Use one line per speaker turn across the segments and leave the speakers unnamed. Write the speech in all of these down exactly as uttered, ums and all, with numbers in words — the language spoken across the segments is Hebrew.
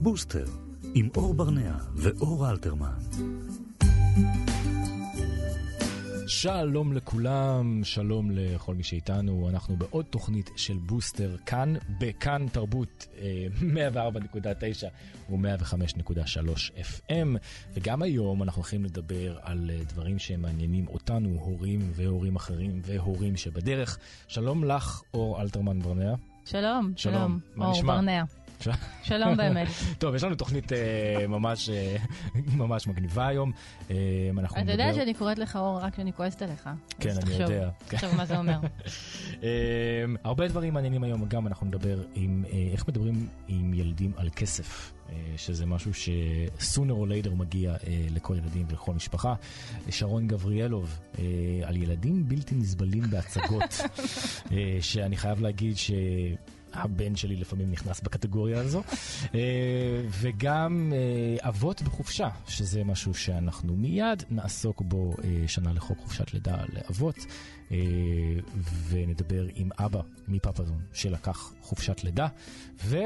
בוסטר, עם אור ברנע ואור אלתרמן.
שלום לכולם, שלום לכל מי שאיתנו, אנחנו בעוד תוכנית של בוסטר כאן, בכאן תרבות מאה וארבע נקודה תשע ו-מאה וחמש נקודה שלוש אף אם, וגם היום אנחנו הולכים לדבר על דברים שמעניינים אותנו, הורים והורים אחרים והורים שבדרך. שלום לך, אור אלתרמן ברנע.
שלום, שלום,
אור ברנע.
שלום באמת.
טוב, יש לנו תוכנית ממש ממש מגניבה היום.
אתה יודע שאני קוראת לך אור רק כשאני כועסת עליך.
כן, אני יודע.
עכשיו מה זה אומר?
הרבה דברים מעניינים היום, גם אנחנו נדבר עם איך מדברים עם ילדים על כסף, שזה משהו ש-sooner or later מגיע לכל ילדים ולכל משפחה. שרון גבריאלוב על ילדים בלתי נסבלים בהצגות, שאני חייב להגיד ש... הבן שלי לפעמים נכנס בקטגוריה הזו, וגם אבות בחופשה, שזה משהו שאנחנו מיד נעסוק בו שנה לחוק חופשת לידה לאבות, ונדבר עם אבא מפפזון שלקח חופשת לידה, וב...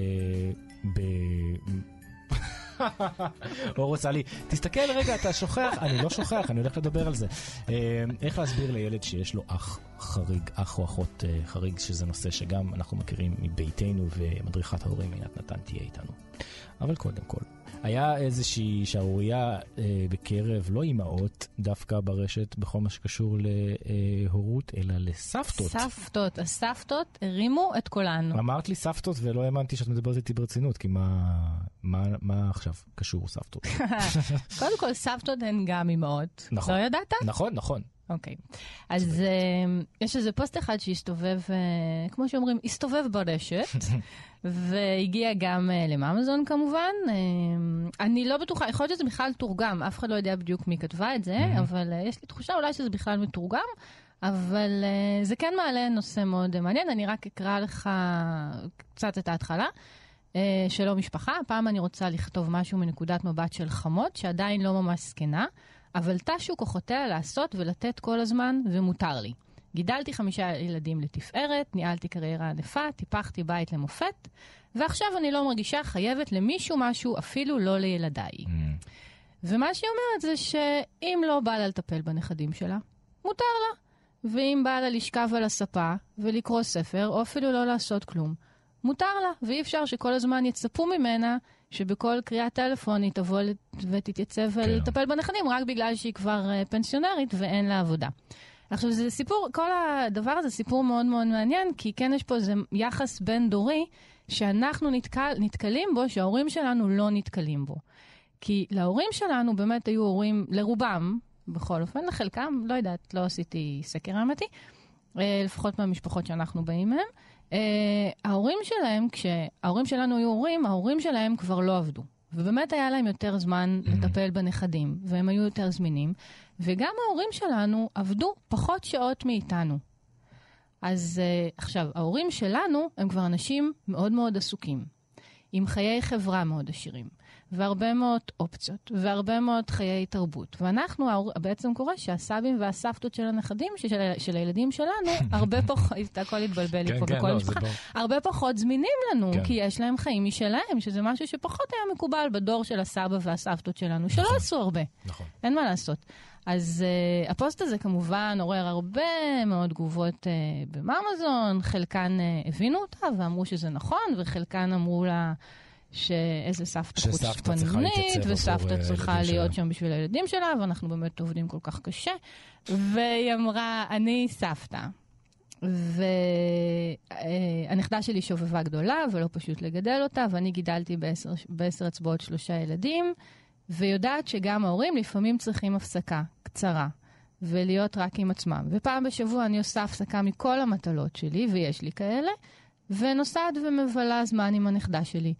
אור רוצה לי, תסתכל רגע, אתה שוכח, אני לא שוכח, אני הולך לדבר על זה. איך להסביר לילד שיש לו אח חריג, אח או אחות חריג, שזה נושא שגם אנחנו מכירים מביתנו, ומדריכת ההורים עינת נתן תהיה איתנו. אבל קודם כל, היה איזושהי שערוריה אה, בקרב, לא אימהות, דווקא ברשת, בכל מה שקשור להורות, אלא לסבתות.
סבתות, הסבתות הרימו את כולנו.
אמרת לי סבתות ולא האמנתי שאת מדברת איתי ברצינות, כי מה, מה, מה עכשיו קשור סבתות?
קודם כל, סבתות הן גם אימהות.
נכון.
לא ידעת?
נכון, נכון.
אוקיי. אז יש איזה פוסט אחד שהסתובב, כמו שאומרים, הסתובב ברשת, והגיע גם למאמזון כמובן. אני לא בטוחה, יכול להיות שזה בכלל תורגם, אף אחד לא יודע בדיוק מי כתבה את זה, אבל יש לי תחושה אולי שזה בכלל מתורגם, אבל זה כן מעלה נושא מאוד מעניין. אני רק אקרא לך קצת את ההתחלה. שלום משפחה, הפעם אני רוצה לכתוב משהו מנקודת מבט של חמות, שעדיין לא ממש סקנה, אבל תשו כוחותיה לעשות ולתת כל הזמן, ומותר לי. גידלתי חמישה ילדים לתפארת, ניהלתי קריירה ענפה, טיפחתי בית למופת, ועכשיו אני לא מרגישה חייבת למישהו משהו, אפילו לא לילדיי. Mm. ומה שהיא אומרת זה שאם לא בא לה לטפל בנכדים שלה, מותר לה. ואם בא לה לשכב על הספה ולקרוא ספר, או אפילו לא לעשות כלום, מותר לה. ואי אפשר שכל הזמן יצפו ממנה שבכל קריאה טלפונית תבוא ותתייצב ולטפל בנכדים, רק בגלל שהיא כבר פנסיונרית ואין לה עבודה. עכשיו, זה סיפור, כל הדבר הזה סיפור מאוד מאוד מעניין, כי כן יש פה איזה יחס בין דורי, שאנחנו נתקל, נתקלים בו, שההורים שלנו לא נתקלים בו. כי להורים שלנו באמת היו הורים, לרובם, בכל אופן, לחלקם, לא יודעת, לא עשיתי סקר אמיתי, לפחות מהמשפחות שאנחנו באים מהם, Uh, ההורים שלהם, כשההורים שלנו היו הורים, ההורים שלהם כבר לא עבדו. ובאמת היה להם יותר זמן mm-hmm. לטפל בנכדים, והם היו יותר זמינים. וגם ההורים שלנו עבדו פחות שעות מאיתנו. אז uh, עכשיו, ההורים שלנו הם כבר אנשים מאוד מאוד עסוקים, עם חיי חברה מאוד עשירים, והרבה מאוד אופציות, והרבה מאוד חיי תרבות. ואנחנו, בעצם קורה שהסבים והסבתות של הנכדים, של, של הילדים שלנו, הרבה פחות, הכל התבלבל לי פה בכל משפחה, הרבה פחות זמינים לנו, כי יש להם חיים משלהם, שזה משהו שפחות היה מקובל בדור של הסבא והסבתות שלנו, שלא עשו הרבה. אין מה לעשות. אז uh, הפוסט הזה כמובן עורר הרבה מאוד תגובות uh, במאמזון, חלקן uh, הבינו אותה ואמרו שזה נכון, וחלקן אמרו לה שאיזה סבתא חוצפנית, וסבתא צריכה להיות שם בשביל הילדים שלה, ואנחנו באמת עובדים כל כך קשה. והיא אמרה, אני סבתא. והנכדה שלי שובבה גדולה, ולא פשוט לגדל אותה, ואני גידלתי בעשר, בעשר אצבעות שלושה ילדים, ויודעת שגם ההורים לפעמים צריכים הפסקה קצרה, ולהיות רק עם עצמם. ופעם בשבוע אני עושה הפסקה מכל המטלות שלי, ויש לי כאלה, ונוסעת ומבלה זמן עם הנכדה שלי.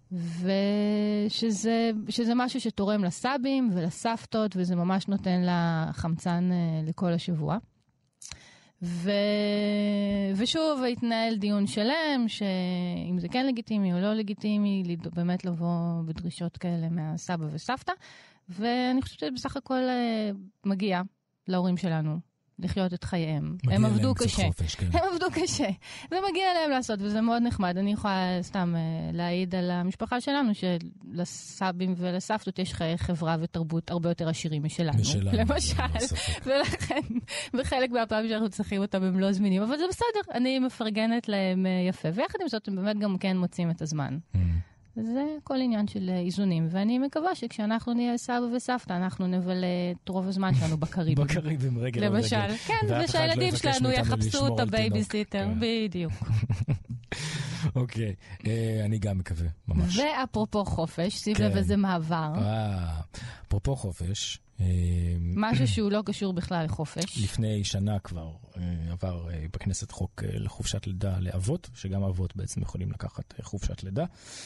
ושזה שזה משהו שתורם לסבים ולסבתות, וזה ממש נותן לה חמצן לכל השבוע. ו... ושוב, התנהל דיון שלם, שאם זה כן לגיטימי או לא לגיטימי, באמת לבוא בדרישות כאלה מהסבא וסבתא, ואני חושבת שבסך הכל מגיע להורים שלנו לחיות את חייהם. הם עבדו קשה.
חופש, כן.
הם עבדו קשה. ומגיע להם לעשות, וזה מאוד נחמד. אני יכולה סתם להעיד על המשפחה שלנו, שלסבים ולסבתות יש חיי חברה ותרבות הרבה יותר עשירים משלנו.
משלנו.
למשל. ולכן, בחלק מהפעם שאנחנו צריכים אותם הם לא זמינים, אבל זה בסדר. אני מפרגנת להם יפה. ויחד עם זאת, הם באמת גם כן מוצאים את הזמן. זה כל עניין של איזונים, ואני מקווה שכשאנחנו נהיה סבא וסבתא, אנחנו נבלה את רוב הזמן שלנו בקריבים.
בקריבים, רגל על רגל.
למשל, כן, ושהילדים שלנו יחפשו את הבייביסיטר, בדיוק.
אוקיי, אני גם מקווה, ממש.
ואפרופו חופש, שים לב איזה מעבר.
אפרופו חופש,
משהו שהוא לא קשור בכלל לחופש.
לפני שנה כבר עבר בכנסת חוק לחופשת לידה לאבות, שגם אבות בעצם יכולים לקחת חופשת לידה.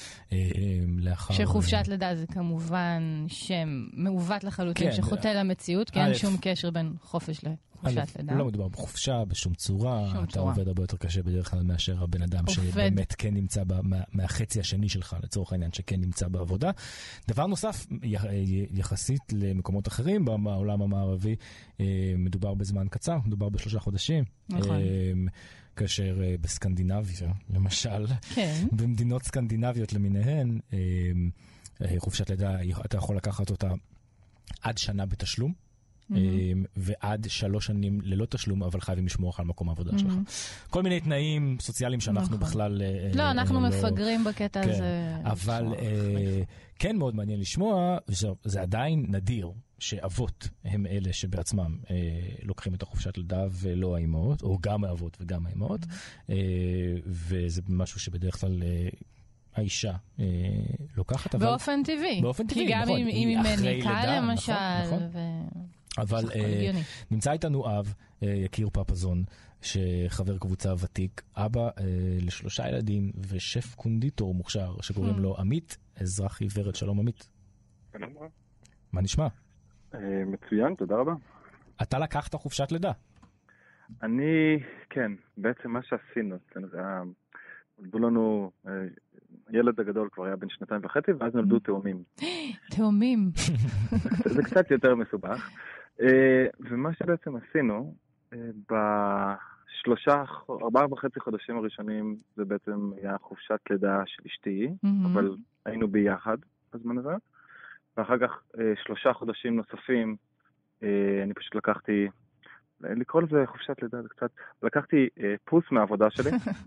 שחופשת לידה זה כמובן שם מעוות לחלוטין, שחוטא למציאות, כי אין שום קשר בין חופש לחופשת לידה.
לא מדובר בחופשה, בשום צורה. אתה עובד הרבה יותר קשה בדרך כלל מאשר הבן אדם שבאמת כן נמצא מהחצי השני שלך, לצורך העניין שכן נמצא בעבודה. דבר נוסף, יחסית למקומות אחרים בעולם המערבי, מדובר בזמן קצר, מדובר בשלושה חודשים.
נכון.
כאשר בסקנדינביה, למשל,
כן.
במדינות סקנדינביות למיניהן, חופשת לידה, אתה יכול לקחת אותה עד שנה בתשלום, mm-hmm. ועד שלוש שנים ללא תשלום, אבל חייבים לשמור על מקום העבודה mm-hmm. שלך. כל מיני תנאים סוציאליים שאנחנו נכון. בכלל...
לא, אנחנו לא... מפגרים בקטע
כן.
הזה.
אבל אה, כן מאוד מעניין לשמוע, זה עדיין נדיר. שאבות הם אלה שבעצמם אה, לוקחים את החופשת לידה ולא האימהות, או גם האבות וגם האימהות, אה, וזה משהו שבדרך כלל אה, האישה אה, לוקחת.
באופן אבל... טבעי.
באופן טבעי,
כי גם
נכון.
אם היא מניקה למשל. נכון, נכון. ו...
אבל אה, נמצא איתנו אב, אה, יקיר פפזון, שחבר קבוצה ותיק, אבא אה, לשלושה ילדים ושף קונדיטור מוכשר, שקוראים לו עמית, אזרח עיוורת. שלום עמית.
שלום רב.
מה נשמע?
מצוין, תודה רבה.
אתה לקחת חופשת לידה?
אני, כן, בעצם מה שעשינו, נולדו לנו, הילד הגדול כבר היה בן שנתיים וחצי, ואז נולדו תאומים.
תאומים.
זה קצת יותר מסובך. ומה שבעצם עשינו, בשלושה, ארבעה וחצי חודשים הראשונים, זה בעצם היה חופשת לידה של אשתי, אבל היינו ביחד בזמן הזה. ואחר כך שלושה חודשים נוספים, אני פשוט לקחתי, לקרוא לזה חופשת לידה, זה קצת, לקחתי פוס מהעבודה שלי,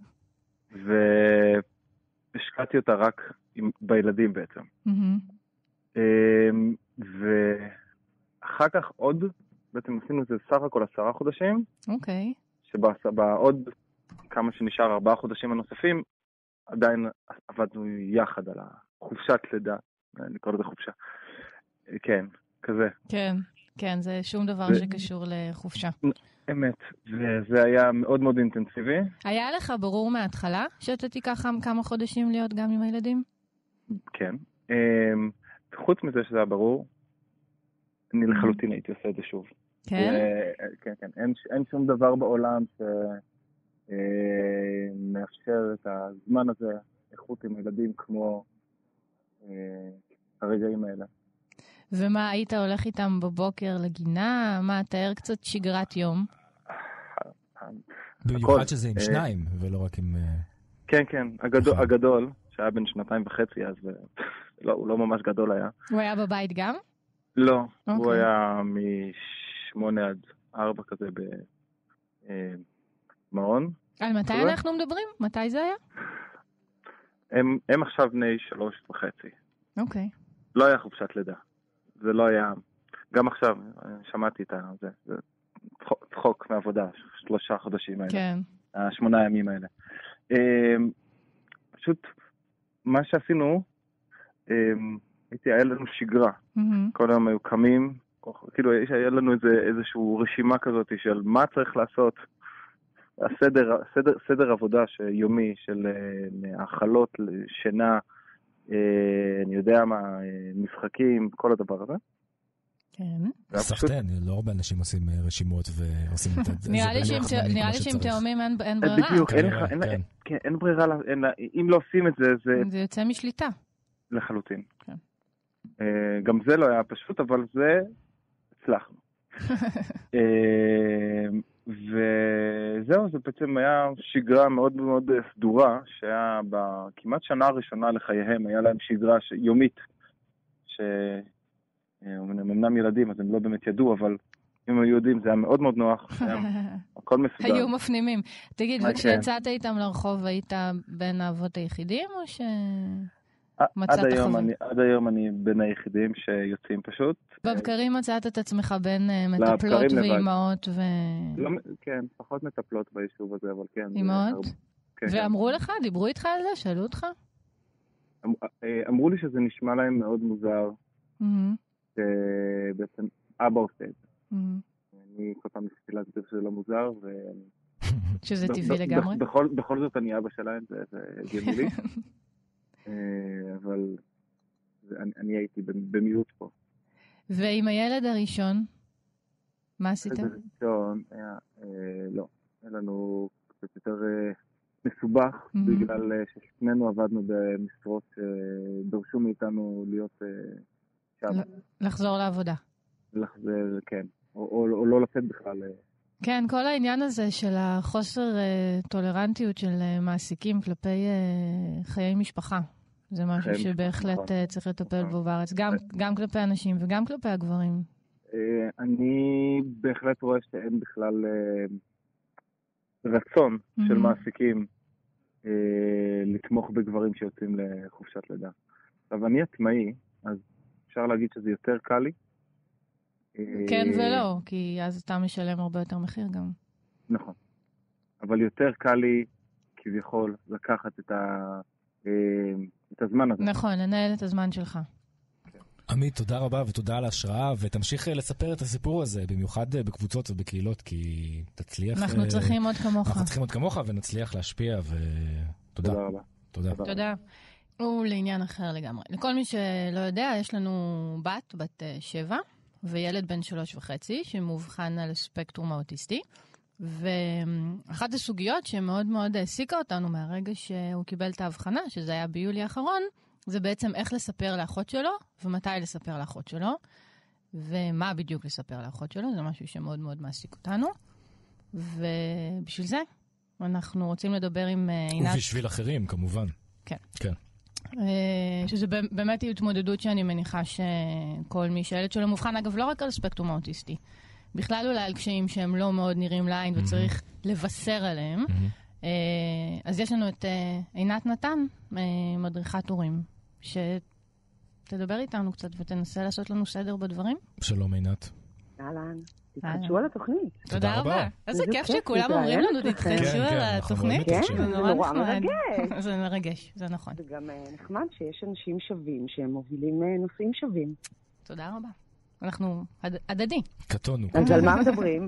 והשקעתי אותה רק בילדים בעצם. ואחר כך עוד, בעצם עשינו את זה סך הכל עשרה חודשים,
אוקיי.
שבעוד כמה שנשאר ארבעה חודשים הנוספים, עדיין עבדנו יחד על החופשת לידה, לקרוא לזה חופשה. כן, כזה.
כן, כן, זה שום דבר ו... שקשור לחופשה.
אמת, וזה היה מאוד מאוד אינטנסיבי.
היה לך ברור מההתחלה שאתה תיקח כמה חודשים להיות גם עם הילדים?
כן. חוץ מזה שזה היה ברור, אני לחלוטין הייתי עושה את זה שוב.
כן?
כן, כן. אין, אין שום דבר בעולם שמאפשר את הזמן הזה, איכות עם הילדים כמו הרגעים האלה.
ומה, היית הולך איתם בבוקר לגינה? מה, תאר קצת שגרת יום?
במיוחד שזה עם שניים, ולא רק עם...
כן, כן. הגדול, שהיה בן שנתיים וחצי, אז הוא לא ממש גדול היה.
הוא היה בבית גם?
לא, הוא היה משמונה עד ארבע כזה במעון.
על מתי אנחנו מדברים? מתי זה היה?
הם עכשיו בני שלוש וחצי.
אוקיי.
לא היה חופשת לידה. זה לא היה, גם עכשיו, שמעתי את זה, זה צחוק מעבודה, שלושה חודשים האלה.
כן.
השמונה ימים האלה. פשוט, מה שעשינו, הייתי, היה לנו שגרה. כל היום היו קמים, כאילו, היה לנו איזשהו רשימה כזאת של מה צריך לעשות. הסדר, סדר, סדר עבודה יומי של האכלות, שינה, אני יודע מה, משחקים, כל הדבר הזה.
כן.
סחטן, לא הרבה אנשים עושים רשימות ועושים את זה.
נראה לי שאם תאומים אין ברירה.
בדיוק, אין ברירה, אם לא עושים את זה,
זה יוצא משליטה.
לחלוטין. גם זה לא היה פשוט, אבל זה הצלחנו. וזהו, זה בעצם היה שגרה מאוד מאוד סדורה, שהיה בכמעט שנה הראשונה לחייהם, היה להם שגרה יומית, שהם אמנם ילדים, אז הם לא באמת ידעו, אבל אם היו יודעים, זה היה מאוד מאוד נוח, הכל מסודר.
היו מפנימים. תגיד, וכשיצאת איתם לרחוב, היית בין האבות היחידים, או ש...
עד היום, אני, עד היום אני בין היחידים שיוצאים פשוט.
בבקרים מצאת את עצמך בין מטפלות ואימהות ו...
לא, כן, פחות מטפלות ביישוב הזה, אבל כן.
אימהות?
כן,
ואמרו
כן.
לך, דיברו איתך על זה, שאלו אותך?
אמ, אמרו לי שזה נשמע להם מאוד מוזר,
Mm-hmm.
שבעצם אבא עושה את זה.
Mm-hmm.
אני כל פעם ניסיתי להסביר שזה לא מוזר, ו...
שזה טבעי לגמרי?
בכל, בכל זאת אני אבא שלהם, זה הגיוני לי. אבל אני, אני הייתי במיעוט פה.
ועם הילד הראשון, מה עשיתם?
הילד הראשון היה, אה, לא, היה לנו קצת יותר אה, מסובך, mm-hmm. בגלל אה, ששנינו עבדנו במשרות שדרשו מאיתנו להיות אה, שם.
לחזור לעבודה.
לחזור, כן. או, או, או לא לצאת בכלל. אה.
כן, כל העניין הזה של החוסר אה, טולרנטיות של אה, מעסיקים כלפי אה, חיי משפחה. זה משהו שבהחלט נכון. צריך לטפל בו בארץ, גם, גם כלפי אנשים וגם כלפי הגברים.
אני בהחלט רואה שאין בכלל רצון mm-hmm. של מעסיקים לתמוך בגברים שיוצאים לחופשת לידה. אבל אני עצמאי, אז אפשר להגיד שזה יותר קל לי.
כן ולא, כי אז אתה משלם הרבה יותר מחיר גם.
נכון. אבל יותר קל לי כביכול לקחת את ה... את הזמן הזה.
נכון, לנהל את הזמן שלך.
עמית, תודה רבה ותודה על ההשראה, ותמשיך לספר את הסיפור הזה, במיוחד בקבוצות ובקהילות, כי תצליח...
אנחנו צריכים עוד כמוך.
אנחנו צריכים עוד כמוך, ונצליח להשפיע, ותודה.
תודה רבה.
תודה.
תודה. ולעניין אחר לגמרי. לכל מי שלא יודע, יש לנו בת, בת שבע, וילד בן שלוש וחצי, שמובחן על ספקטרום האוטיסטי. ואחת הסוגיות שמאוד מאוד העסיקה אותנו מהרגע שהוא קיבל את ההבחנה, שזה היה ביולי האחרון, זה בעצם איך לספר לאחות שלו, ומתי לספר לאחות שלו, ומה בדיוק לספר לאחות שלו, זה משהו שמאוד מאוד מעסיק אותנו. ובשביל זה, אנחנו רוצים לדבר עם עינת...
ובשביל אחרים, כמובן.
כן.
כן.
שזה באמת היא התמודדות שאני מניחה שכל מי שהילד שלו מובחן, אגב, לא רק על ספקטרום האוטיסטי, בכלל אולי על קשיים שהם לא מאוד נראים לעין וצריך לבשר עליהם. אז יש לנו את עינת נתן, מדריכת הורים, שתדבר איתנו קצת ותנסה לעשות לנו סדר בדברים.
שלום עינת.
אהלן, תתחדשו על התוכנית.
תודה רבה. איזה כיף שכולם אומרים לנו תתחדשו על התוכנית.
כן, זה נורא מרגש.
זה מרגש, זה נכון.
זה גם נחמד שיש אנשים שווים שהם מובילים נושאים שווים.
תודה רבה. אנחנו הדדי.
קטונו.
אז על מה מדברים?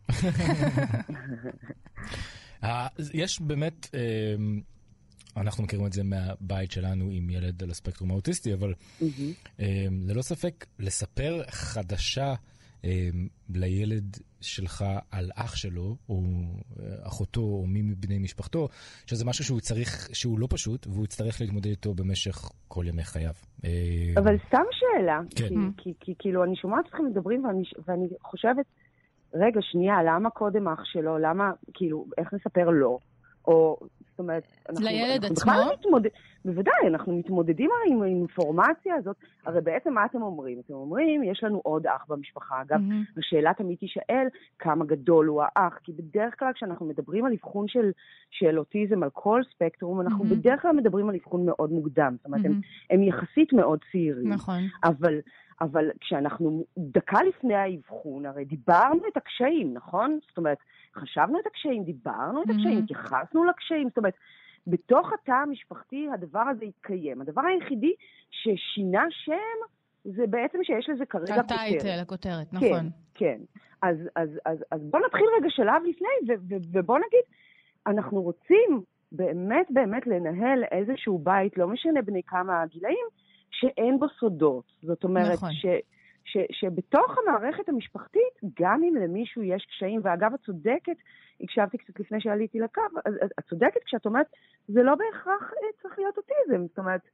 יש באמת, אנחנו מכירים את זה מהבית שלנו עם ילד על הספקטרום האוטיסטי, אבל ללא ספק לספר חדשה לילד שלך על אח שלו, או אחותו, או מי מבני משפחתו, שזה משהו שהוא צריך, שהוא לא פשוט, והוא יצטרך להתמודד איתו במשך כל ימי חייו.
אבל סתם שאלה,
כן.
כי, כי, כי כאילו אני שומעת אתכם מדברים, ואני, ואני חושבת, רגע, שנייה, למה קודם אח שלו, למה, כאילו, איך נספר לו? או, זאת אומרת, אנחנו,
לילד
אנחנו
עצמו?
מתמודד, בוודאי, אנחנו מתמודדים הרי עם האינפורמציה הזאת, הרי בעצם מה אתם אומרים? אתם אומרים, יש לנו עוד אח במשפחה, אגב, mm-hmm. השאלה תמיד תישאל, כמה גדול הוא האח, כי בדרך כלל כשאנחנו מדברים על אבחון של, של אוטיזם, על כל ספקטרום, אנחנו mm-hmm. בדרך כלל מדברים על אבחון מאוד מוקדם, זאת אומרת, mm-hmm. הם, הם יחסית מאוד צעירים,
נכון.
אבל... אבל כשאנחנו דקה לפני האבחון, הרי דיברנו את הקשיים, נכון? זאת אומרת, חשבנו את הקשיים, דיברנו את הקשיים, mm-hmm. התייחסנו לקשיים, זאת אומרת, בתוך התא המשפחתי הדבר הזה התקיים. הדבר היחידי ששינה שם, זה בעצם שיש לזה כרגע כותרת.
הטייטל, הכותרת, נכון.
כן, כן. אז, אז, אז, אז בוא נתחיל רגע שלב לפני, ו- ו- ובוא נגיד, אנחנו רוצים באמת באמת לנהל איזשהו בית, לא משנה בני כמה הגילאים, שאין בו סודות. זאת אומרת, נכון. ש, ש, שבתוך המערכת המשפחתית, גם אם למישהו יש קשיים, ואגב, את צודקת, הקשבתי קצת לפני שעליתי לקו, את צודקת כשאת אומרת, זה לא בהכרח צריך להיות אוטיזם. זאת אומרת,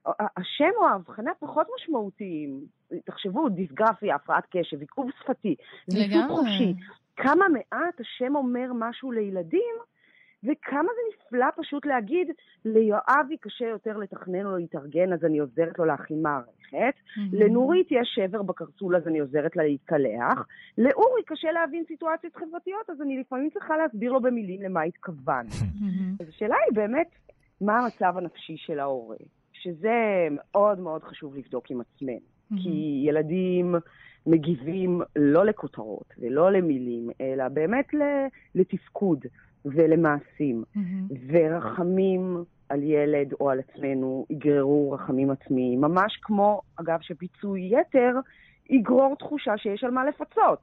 השם או ההבחנה פחות משמעותיים. תחשבו, דיסגרפיה, הפרעת קשב, עיכוב שפתי, ויסות חופשי. כמה מעט השם אומר משהו לילדים, וכמה זה נפלא פשוט להגיד, ליואבי קשה יותר לתכנן או להתארגן, אז אני עוזרת לו להכין מערכת. לנורית יש שבר בקרסול, אז אני עוזרת לה להתקלח. לאורי קשה להבין סיטואציות חברתיות, אז אני לפעמים צריכה להסביר לו במילים למה התכוון. אז השאלה היא באמת, מה המצב הנפשי של ההורה? שזה מאוד מאוד חשוב לבדוק עם עצמנו. כי ילדים מגיבים לא לכותרות ולא למילים, אלא באמת לתפקוד ולמעשים. ורחמים על ילד או על עצמנו יגררו רחמים עצמיים. ממש כמו, אגב, שפיצוי יתר יגרור תחושה שיש על מה לפצות.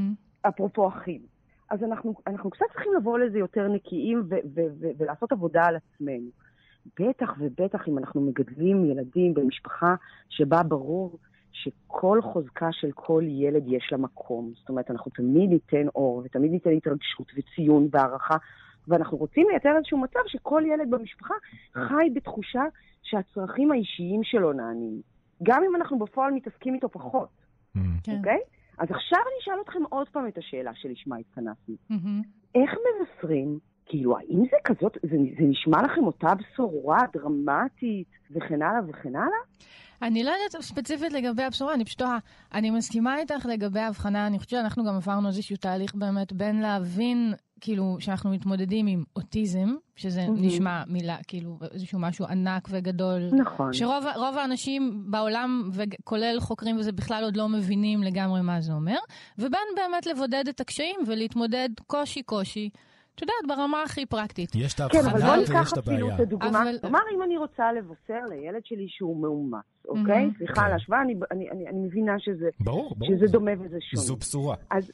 אפרופו אחים. אז אנחנו, אנחנו קצת צריכים לבוא לזה יותר נקיים ו- ו- ו- ולעשות עבודה על עצמנו. בטח ובטח אם אנחנו מגדלים ילדים במשפחה שבה ברור שכל חוזקה של כל ילד יש לה מקום. זאת אומרת, אנחנו תמיד ניתן אור ותמיד ניתן התרגשות וציון והערכה, ואנחנו רוצים לייצר איזשהו מצב שכל ילד במשפחה חי בתחושה שהצרכים האישיים שלו נענים. גם אם אנחנו בפועל מתעסקים איתו פחות. אוקיי? אז עכשיו אני אשאל אתכם עוד פעם את השאלה שלשמה התכנסנו. איך מבשרים? כאילו, האם זה כזאת, זה, זה נשמע לכם אותה בשורה דרמטית וכן הלאה וכן הלאה?
אני לא יודעת ספציפית לגבי הבשורה, אני פשוט, אני מסכימה איתך לגבי ההבחנה, אני חושבת שאנחנו גם עברנו איזשהו תהליך באמת בין להבין, כאילו, שאנחנו מתמודדים עם אוטיזם, שזה mm-hmm. נשמע מילה, כאילו, איזשהו משהו ענק וגדול.
נכון.
שרוב רוב האנשים בעולם, וכולל חוקרים וזה בכלל עוד לא מבינים לגמרי מה זה אומר, ובין באמת לבודד את הקשיים ולהתמודד קושי קושי, את יודעת, ברמה הכי פרקטית.
יש את ההבחנה ויש את הבעיה.
כלומר, אם אני רוצה לבשר לילד שלי שהוא מאומץ, אוקיי? סליחה על ההשוואה, אני מבינה שזה דומה וזה שונה.
זו בשורה.
אז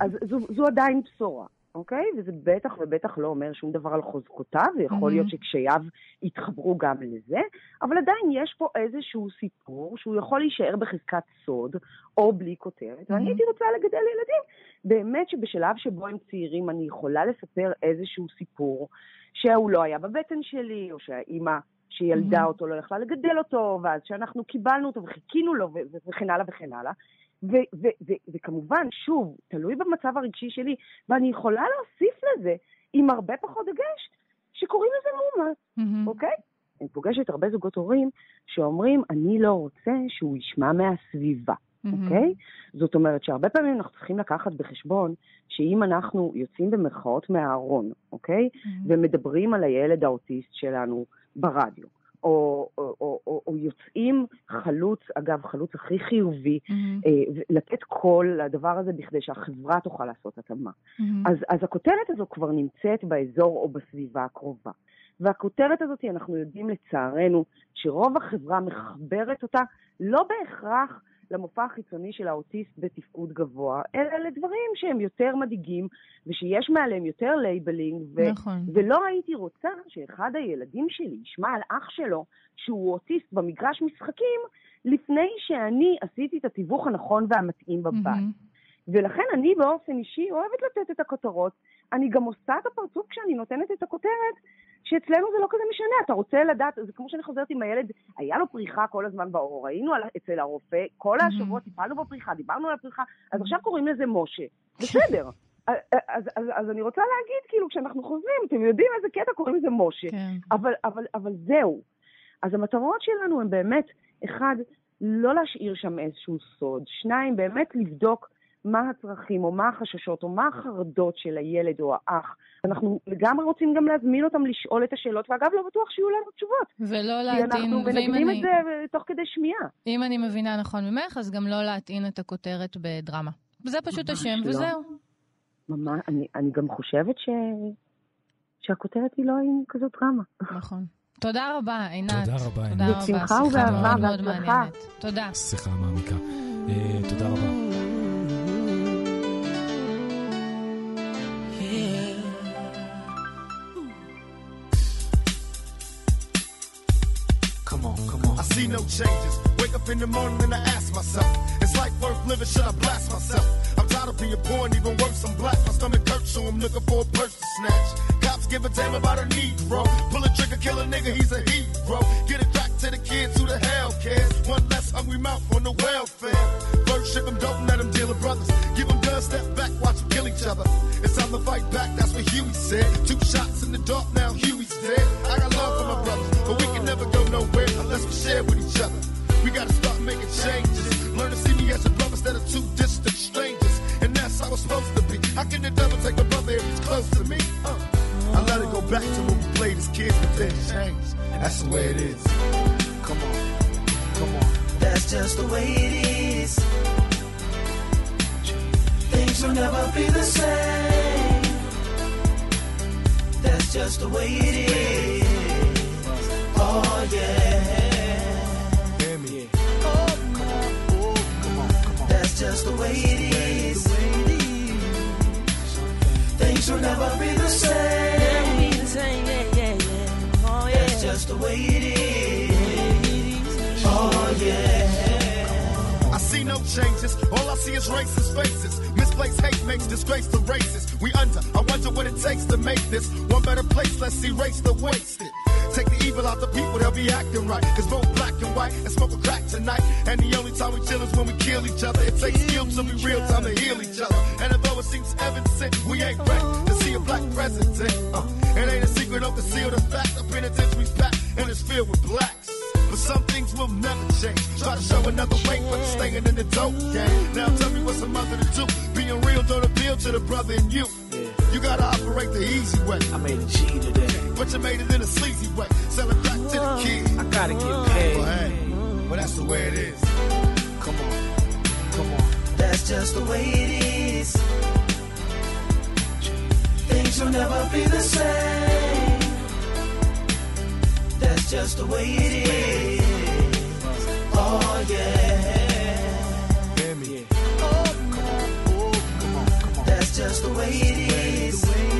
זו עדיין בשורה, אוקיי? וזה בטח ובטח לא אומר שום דבר על חוזקותיו, ויכול להיות שקשייו יתחברו גם לזה, אבל עדיין יש פה איזשהו סיפור שהוא יכול להישאר בחזקת סוד, או בלי כותרת, ואני הייתי רוצה לגדל ילדים. באמת שבשלב שבו הם צעירים אני יכולה לספר איזשהו סיפור שהוא לא היה בבטן שלי, או שהאימא שילדה mm-hmm. אותו לא יכלה לגדל אותו, ואז שאנחנו קיבלנו אותו וחיכינו לו ו- וכן הלאה וכן הלאה. ו- ו- ו- וכמובן, שוב, תלוי במצב הרגשי שלי, ואני יכולה להוסיף לזה עם הרבה פחות דגש, שקוראים לזה מאומץ, mm-hmm. אוקיי? אני פוגשת הרבה זוגות הורים שאומרים, אני לא רוצה שהוא ישמע מהסביבה. אוקיי? Mm-hmm. זאת אומרת שהרבה פעמים אנחנו צריכים לקחת בחשבון שאם אנחנו יוצאים במרכאות מהארון, אוקיי? Mm-hmm. ומדברים על הילד האוטיסט שלנו ברדיו, או, או, או, או, או יוצאים חלוץ, אגב, חלוץ הכי חיובי, mm-hmm. אה, לתת קול לדבר הזה בכדי שהחברה תוכל לעשות התאמה. Mm-hmm. אז, אז הכותרת הזו כבר נמצאת באזור או בסביבה הקרובה. והכותרת הזאת, אנחנו יודעים לצערנו, שרוב החברה מחברת אותה לא בהכרח למופע החיצוני של האוטיסט בתפקוד גבוה, אלא לדברים שהם יותר מדאיגים, ושיש מעליהם יותר לייבלינג, ו-
נכון.
ולא הייתי רוצה שאחד הילדים שלי ישמע על אח שלו, שהוא אוטיסט במגרש משחקים, לפני שאני עשיתי את התיווך הנכון והמתאים בבית. Mm-hmm. ולכן אני באופן אישי אוהבת לתת את הכותרות, אני גם עושה את הפרצוף כשאני נותנת את הכותרת, שאצלנו זה לא כזה משנה, אתה רוצה לדעת, זה כמו שאני חוזרת עם הילד, היה לו פריחה כל הזמן באור, היינו אצל הרופא, כל השבוע טיפלנו בפריחה, דיברנו על הפריחה, אז עכשיו קוראים לזה משה, בסדר. אז, אז, אז, אז אני רוצה להגיד, כאילו, כשאנחנו חוזרים, אתם יודעים איזה קטע קוראים לזה משה,
כן.
אבל, אבל, אבל זהו. אז המטרות שלנו הן באמת, אחד, לא להשאיר שם איזשהו סוד, שניים, באמת לבדוק מה הצרכים, או מה החששות, או מה החרדות של הילד או האח. אנחנו לגמרי רוצים גם להזמין אותם לשאול את השאלות, ואגב, לא בטוח שיהיו לנו תשובות.
ולא להטעין...
כי אנחנו מנגנים את זה תוך כדי שמיעה.
אם אני מבינה נכון ממך, אז גם לא להטעין את הכותרת בדרמה. וזה פשוט השם,
לא.
וזהו.
ממש, אני, אני גם חושבת ש... שהכותרת היא לא עם כזאת דרמה.
נכון. תודה רבה, עינת.
תודה רבה, עינת.
תודה רבה.
בצמחה ובאהבה והצלחה.
תודה.
שיחה מעמיקה. תודה רבה.
See no changes. Wake up in the morning and I ask myself, is life worth living? Should I blast myself? I'm tired of being poor and even worse, I'm black. My stomach hurts, so I'm looking for a purse to snatch. God cops give a damn about a Negro. Pull a trigger, kill a nigga, he's a hero. Get it back to the kids who the hell cares. One less hungry mouth on the welfare. First ship them, don't let them deal with brothers. Give them guns, step back, watch them kill each other. It's time to fight back, that's what Huey said. Two shots in the dark, now Huey's dead. I got love for my brothers, but we can never go nowhere unless we share with each other. We gotta start making changes. Learn to see me as a brother instead of two distant strangers. And that's how it's supposed to be. How can the devil take a brother if he's close to me? Uh. I let it go back to when we played as kids, but then changed. That's the way it is. Come on, come on.
That's just the way it is. Things will never be the same. That's just the way it is. Oh yeah.
Hear me.
Oh, come on, oh, come on, come on. That's just the way it is. Things will never be the same. Never be the same, yeah, yeah, yeah. Oh yeah. That's just the way it is. Oh yeah.
I see no changes. All I see is racist faces. Misplaced hate makes disgrace to races. We under. I wonder what it takes to make this one better place. Let's erase the wasted. Take the evil out the people, they'll be acting right. Cause both black and white and smoke a crack tonight. And the only time we chill is when we kill each other. It takes skill to be real time to heal each other. And although it seems evident, we ain't ready to see a black president. Uh, it ain't a secret, don't conceal the fact. The penitentiary's packed and it's filled with blacks. But some things will never change. Try to show another way, but you're staying in the dope game. Now tell me what's a mother to do. Being real don't appeal to the brother in you. You gotta operate the easy way.
I made a G today,
but you made it in a sleazy way. Sell it back to the kids.
I gotta get paid.
Well, hey, well that's the way it is.
Come on, come on.
That's just the way it is. Things will never be the same. That's just the way it is. Oh yeah.
Hear me.
Oh, come on, oh, come on, come on. That's just the way it is.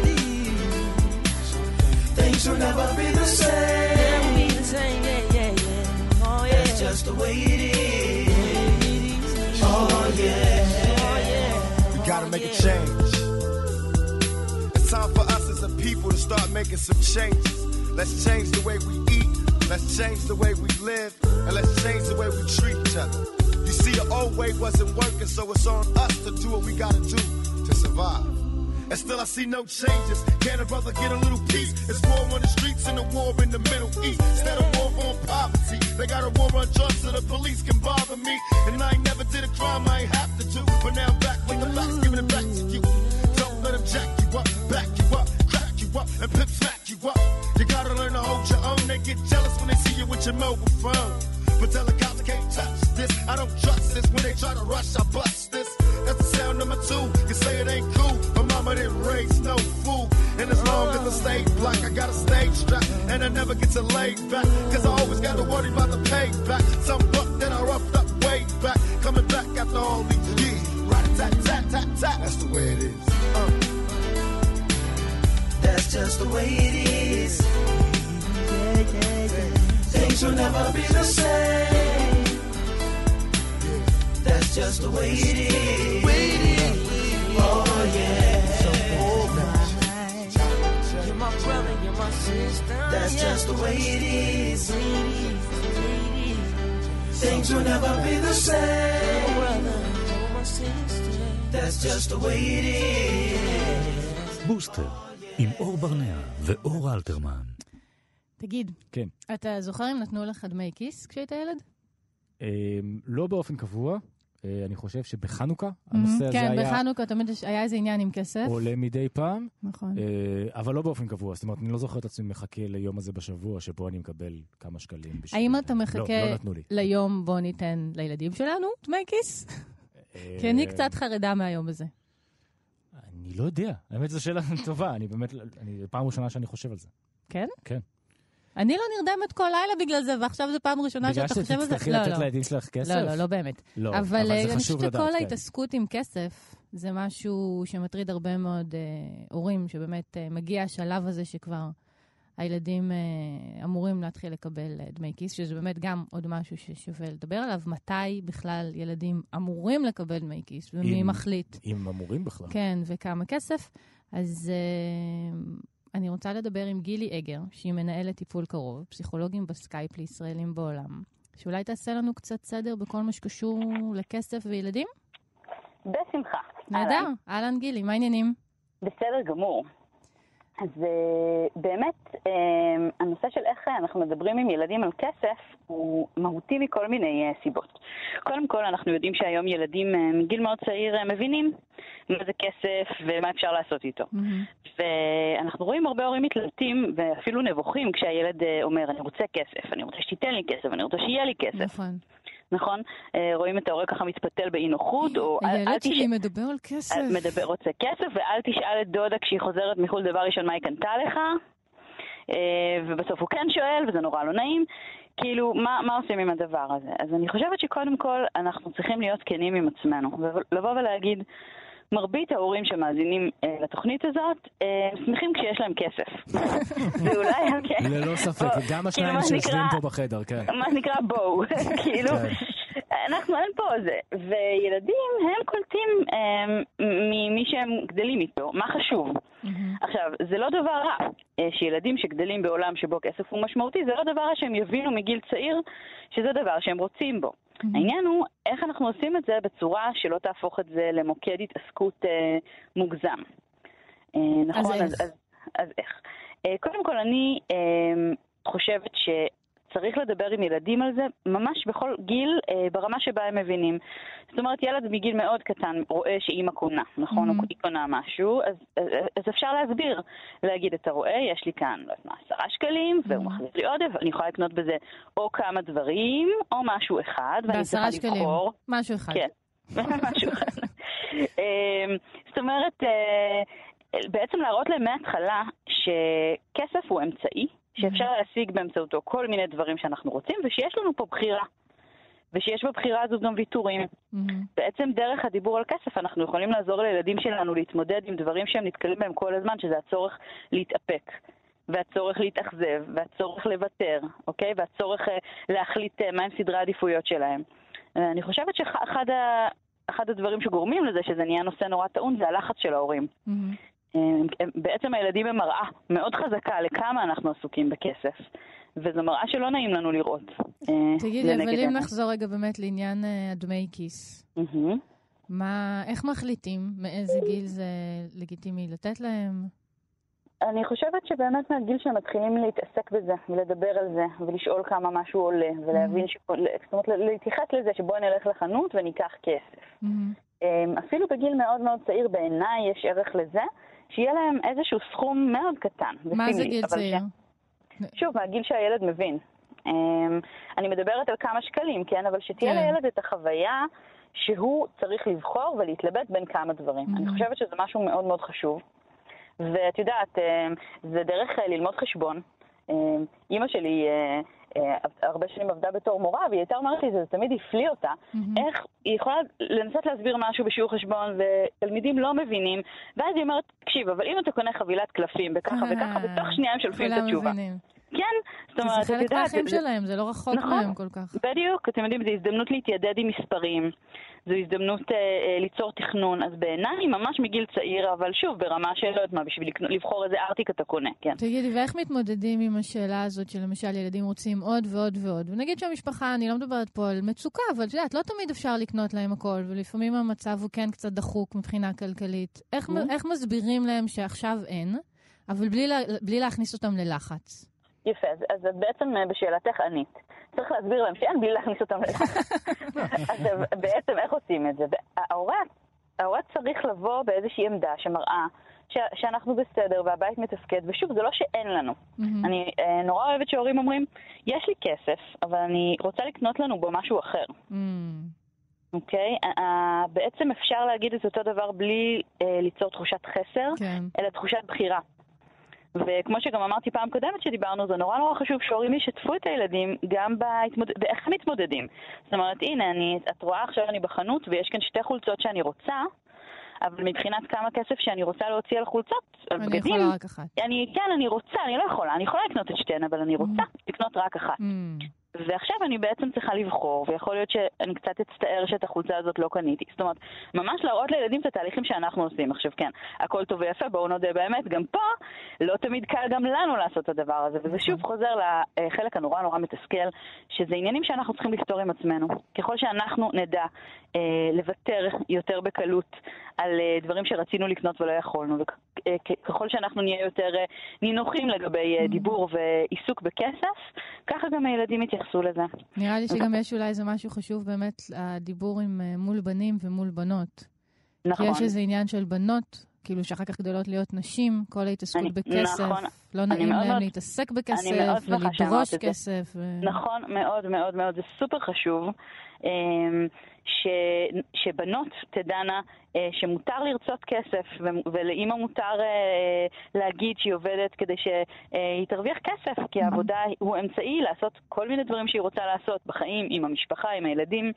Things will never be the same. Never be the same, yeah, yeah, yeah. Oh yeah. That's just the way it is. Oh yeah. Oh yeah.
We gotta make a change. It's time for us as a people to start making some changes. Let's change the way we eat. Let's change the way we live. And let's change the way we treat each other. You see, the old way wasn't working, so it's on us to do what we gotta do to survive. And still I see no changes. Can a brother get a little peace? It's war on the streets and a war in the Middle East. Instead of war on poverty, they got a war on drugs so the police can bother me. And I ain't never did a crime I ain't have to do. But now I'm back with the facts, giving it back to you. Don't let them jack you up, back you up, crack you up, and pimp smack you up. You gotta learn to hold your own. They get jealous when they see you with your mobile phone. But tell the cops I can't touch this. I don't trust this. When they try to rush, I bust this. That's the sound number two. You say it ain't cool, but mama didn't raise no fool. And as long as I stay black, I got a stage strap. And I never get to lay back. Cause I always got to worry about the payback. Some buck that I roughed up way back. Coming back after all these years. Rat-a-tat-tat-tat-tat. That's the way it is. Uh.
That's just the way it is. Yeah, yeah, yeah. Things will never be the same. That's just the way it is. Oh yeah. You're my brother, you're my sister. That's just the way it is. Things will never be the same. That's just the way it is.
בוסטר, עם אור ברנע ואור אלתרמן.
תגיד,
כן.
אתה זוכר אם נתנו לך דמי כיס כשהיית ילד?
לא באופן קבוע. אני חושב שבחנוכה הנושא הזה היה...
כן, בחנוכה תמיד היה איזה עניין עם כסף.
עולה מדי פעם.
נכון.
אבל לא באופן קבוע. זאת אומרת, אני לא זוכר את עצמי מחכה ליום הזה בשבוע, שבו אני מקבל כמה שקלים.
האם אתה מחכה ליום בו ניתן לילדים שלנו דמי כיס? כי אני קצת חרדה מהיום הזה.
אני לא יודע. האמת זו שאלה טובה. אני באמת, פעם ראשונה שאני חושב על זה.
כן?
כן.
אני לא נרדמת כל לילה בגלל זה, ועכשיו זו פעם ראשונה שאתה חושב על זה.
בגלל שתצטרכי לתת לילדים שלך כסף?
לא, לא, לא באמת.
לא,
אבל אני חושבת שכל ההתעסקות עם כסף, זה משהו שמטריד הרבה מאוד הורים, שבאמת מגיע השלב הזה שכבר הילדים אמורים להתחיל לקבל דמי כיס, שזה באמת גם עוד משהו ששווה לדבר עליו. מתי בכלל ילדים אמורים לקבל דמי כיס, ומי מחליט?
אם אמורים בכלל.
כן, וכמה כסף. אז... אני רוצה רוצה לדבר עם גילי אגר, שהיא מנהלת טיפול קרוב, פסיכולוגים בסקייפ לישראלים בעולם, שאולי תעשה לנו קצת סדר בכל מה שקשור לכסף וילדים?
בשמחה.
נהדר, אהלן גילי, מה העניינים?
בסדר גמור. אז uh, באמת, uh, הנושא של איך אנחנו מדברים עם ילדים על כסף הוא מהותי מכל מיני uh, סיבות. קודם כל, אנחנו יודעים שהיום ילדים uh, מגיל מאוד צעיר uh, מבינים מה זה כסף ומה אפשר לעשות איתו. Mm-hmm. ואנחנו רואים הרבה הורים מתלבטים ואפילו נבוכים כשהילד uh, אומר, אני רוצה כסף, אני רוצה שתיתן לי כסף, אני רוצה שיהיה לי כסף.
נכון.
נכון? רואים את ההורה ככה מתפתל באי נוחות, או...
הילד שלי מדבר על כסף.
מדבר, רוצה כסף, ואל תשאל את דודה כשהיא חוזרת מחול דבר ראשון מה היא קנתה לך, ובסוף הוא כן שואל, וזה נורא לא נעים. כאילו, מה, מה עושים עם הדבר הזה? אז אני חושבת שקודם כל אנחנו צריכים להיות כנים עם עצמנו, ולבוא ולהגיד, מרבית ההורים שמאזינים אה, לתוכנית הזאת, אה, שמחים כשיש להם כסף. זה אולי, כן.
ללא ספק, וגם השניים שיושבים פה בחדר, כן.
מה שנקרא בואו, כאילו, אנחנו אין פה זה. וילדים, הם קולטים אה, ממי שהם גדלים איתו, מה חשוב. עכשיו, זה לא דבר רע, אה, שילדים שגדלים בעולם שבו כסף הוא משמעותי, זה לא דבר רע שהם יבינו מגיל צעיר, שזה דבר שהם רוצים בו. העניין הוא איך אנחנו עושים את זה בצורה שלא תהפוך את זה למוקד התעסקות אה, מוגזם. אה, נכון?
אז,
אז, אז, אז איך? אה, קודם כל, אני אה, חושבת שצריך לדבר עם ילדים על זה ממש בכל גיל אה, ברמה שבה הם מבינים. זאת אומרת, ילד מגיל מאוד קטן רואה שאמא קונה, נכון? Mm-hmm. או היא קונה משהו, אז, אז, אז אפשר להסביר, להגיד, אתה רואה, יש לי כאן, לא יודעת מה, עשרה שקלים, mm-hmm. והוא מחזיר לי עוד, אני יכולה לקנות בזה או כמה דברים, או משהו אחד, ואני צריכה לבחור.
משהו אחד.
כן, משהו אחד. זאת אומרת, בעצם להראות להם מההתחלה שכסף הוא אמצעי, שאפשר להשיג באמצעותו כל מיני דברים שאנחנו רוצים, ושיש לנו פה בחירה. ושיש בבחירה הזאת גם ויתורים. Mm-hmm. בעצם דרך הדיבור על כסף אנחנו יכולים לעזור לילדים שלנו להתמודד עם דברים שהם נתקלים בהם כל הזמן, שזה הצורך להתאפק, והצורך להתאכזב, והצורך לוותר, אוקיי? והצורך uh, להחליט uh, מהם סדרי העדיפויות שלהם. Uh, אני חושבת שאחד ה... אחד הדברים שגורמים לזה שזה נהיה נושא נורא טעון, זה הלחץ של ההורים. Mm-hmm. Uh, בעצם הילדים הם מראה מאוד חזקה לכמה אנחנו עסוקים בכסף. וזו מראה שלא נעים לנו לראות.
תגידי, אבל אם נחזור רגע באמת לעניין הדמי כיס. מה, איך מחליטים? מאיזה גיל זה לגיטימי לתת להם?
אני חושבת שבאמת מהגיל שהם מתחילים להתעסק בזה, ולדבר על זה, ולשאול כמה משהו עולה, ולהבין, זאת אומרת, להתייחס לזה שבואי נלך לחנות וניקח כסף. אפילו בגיל מאוד מאוד צעיר בעיניי יש ערך לזה, שיהיה להם איזשהו סכום מאוד קטן.
מה זה גיל צעיר?
שוב, מהגיל שהילד מבין. אני מדברת על כמה שקלים, כן? אבל שתהיה לילד את החוויה שהוא צריך לבחור ולהתלבט בין כמה דברים. אני חושבת שזה משהו מאוד מאוד חשוב. ואת יודעת, זה דרך ללמוד חשבון. אמא שלי הרבה שנים עבדה בתור מורה, והיא הייתה אומרת לי, זה תמיד הפליא אותה, איך היא יכולה לנסות להסביר משהו בשיעור חשבון, ותלמידים לא מבינים, ואז היא אומרת, תקשיב, אבל אם אתה קונה חבילת קלפים, וככה וככה, בתוך שנייה הם שולפים את התשובה. כן,
זאת אומרת, זה חלק מהחיים שלהם, זה לא רחוק מהם כל כך.
בדיוק, אתם יודעים, זו הזדמנות להתיידד עם מספרים, זו הזדמנות ליצור תכנון, אז בעיניי ממש מגיל צעיר, אבל שוב, ברמה של לא יודעת מה, בשביל לבחור איזה ארטיק אתה קונה, כן.
תגידי, ואיך מתמודדים עם השאלה הזאת שלמשל ילדים רוצים עוד ועוד ועוד? ונגיד שהמשפחה, אני לא מדברת פה על מצוקה, אבל את יודעת, לא תמיד אפשר לקנות להם הכל, ולפעמים המצב הוא כן קצת דחוק מבחינה כלכלית. איך מסבירים להם שעכשיו אין, אבל בלי להכניס אותם ללחץ?
יפה, אז, אז את בעצם בשאלתך ענית. צריך להסביר להם שאין בלי להכניס אותם ללחץ. אז בעצם איך עושים את זה? ההורה, ההורה צריך לבוא באיזושהי עמדה שמראה ש, שאנחנו בסדר והבית מתפקד, ושוב, זה לא שאין לנו. Mm-hmm. אני אה, נורא אוהבת שההורים אומרים, יש לי כסף, אבל אני רוצה לקנות לנו בו משהו אחר. Mm-hmm. אוקיי? Okay? Uh, בעצם אפשר להגיד את אותו דבר בלי uh, ליצור תחושת חסר, כן. אלא תחושת בחירה. וכמו שגם אמרתי פעם קודמת שדיברנו, זה נורא נורא חשוב שהורים ישתפו את הילדים גם בהתמוד... באיך הם מתמודדים. זאת אומרת, הנה, אני, את רואה עכשיו אני בחנות ויש כאן שתי חולצות שאני רוצה, אבל מבחינת כמה כסף שאני רוצה להוציא על חולצות, על
אני
בגדים,
יכולה רק אחת.
אני, כן, אני רוצה, אני לא יכולה, אני יכולה לקנות את שתיהן, אבל אני רוצה mm. לקנות רק אחת. Mm. ועכשיו אני בעצם צריכה לבחור, ויכול להיות שאני קצת אצטער שאת החולצה הזאת לא קניתי. זאת אומרת, ממש להראות לילדים את התהליכים שאנחנו עושים. עכשיו כן, הכל טוב ויפה, בואו נודה באמת, גם פה לא תמיד קל גם לנו לעשות את הדבר הזה, וזה שוב חוזר לחלק הנורא נורא מתסכל, שזה עניינים שאנחנו צריכים לפתור עם עצמנו. ככל שאנחנו נדע אה, לוותר יותר בקלות על אה, דברים שרצינו לקנות ולא יכולנו, וככל שאנחנו נהיה יותר אה, נינוחים לגבי אה, דיבור ועיסוק בכסף, ככה גם הילדים יתייחסו לזה.
נראה לי שגם יש אולי איזה משהו חשוב באמת, הדיבור עם מול בנים ומול בנות.
נכון.
כי יש איזה עניין של בנות, כאילו שאחר כך גדולות להיות נשים, כל ההתעסקות
אני,
בכסף,
נכון.
לא נעים
מאוד
להם
מאוד,
להתעסק בכסף ולדרוש כסף. ו... נכון,
מאוד מאוד מאוד, זה סופר חשוב. ש, שבנות תדענה שמותר לרצות כסף, ולאמא מותר להגיד שהיא עובדת כדי שהיא תרוויח כסף, כי העבודה הוא אמצעי לעשות כל מיני דברים שהיא רוצה לעשות בחיים, עם המשפחה, עם הילדים.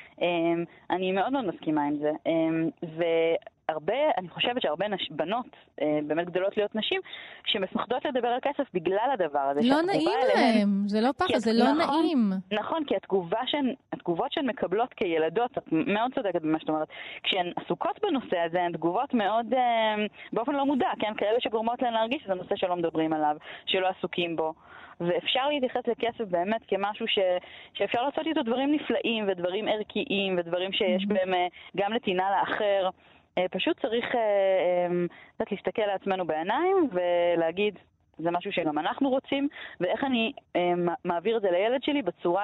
אני מאוד מאוד מסכימה עם זה. והרבה, אני חושבת שהרבה נש, בנות באמת גדולות להיות נשים, שמפחדות לדבר על כסף בגלל הדבר הזה.
לא נעים להם, זה לא פחד, זה לא נעים.
נכון, כי התגובה שהן, התגובות שהן מקבלות כילדות, את מאוד צודקת במה שאת אומרת, כשהן עסוקות בנושא הזה, הן תגובות מאוד, באופן לא מודע, כן? כאלה שגורמות להן להרגיש שזה נושא שלא מדברים עליו, שלא עסוקים בו. ואפשר להתייחס לכסף באמת כמשהו ש... שאפשר לעשות איתו דברים נפלאים ודברים ערכיים ודברים שיש בהם גם נתינה לאחר. פשוט צריך קצת להסתכל לעצמנו בעיניים ולהגיד, זה משהו שגם אנחנו רוצים, ואיך אני מעביר את זה לילד שלי בצורה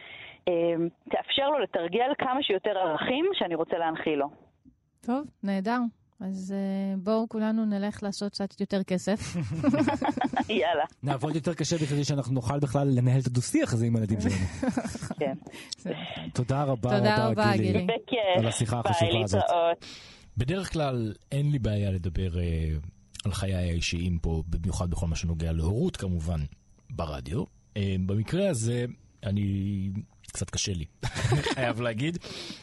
שתאפשר לו לתרגל כמה שיותר ערכים שאני רוצה להנחיל לו.
טוב, נהדר. אז בואו כולנו נלך לעשות קצת יותר כסף.
יאללה.
נעבוד יותר קשה בכדי שאנחנו נוכל בכלל לנהל את הדו-שיח הזה עם הילדים שלנו.
כן.
תודה רבה
תודה רבה, גילי.
על השיחה החשובה הזאת. בדרך כלל אין לי בעיה לדבר על חיי האישיים פה, במיוחד בכל מה שנוגע להורות כמובן, ברדיו. במקרה הזה, אני קצת קשה לי, אני חייב להגיד.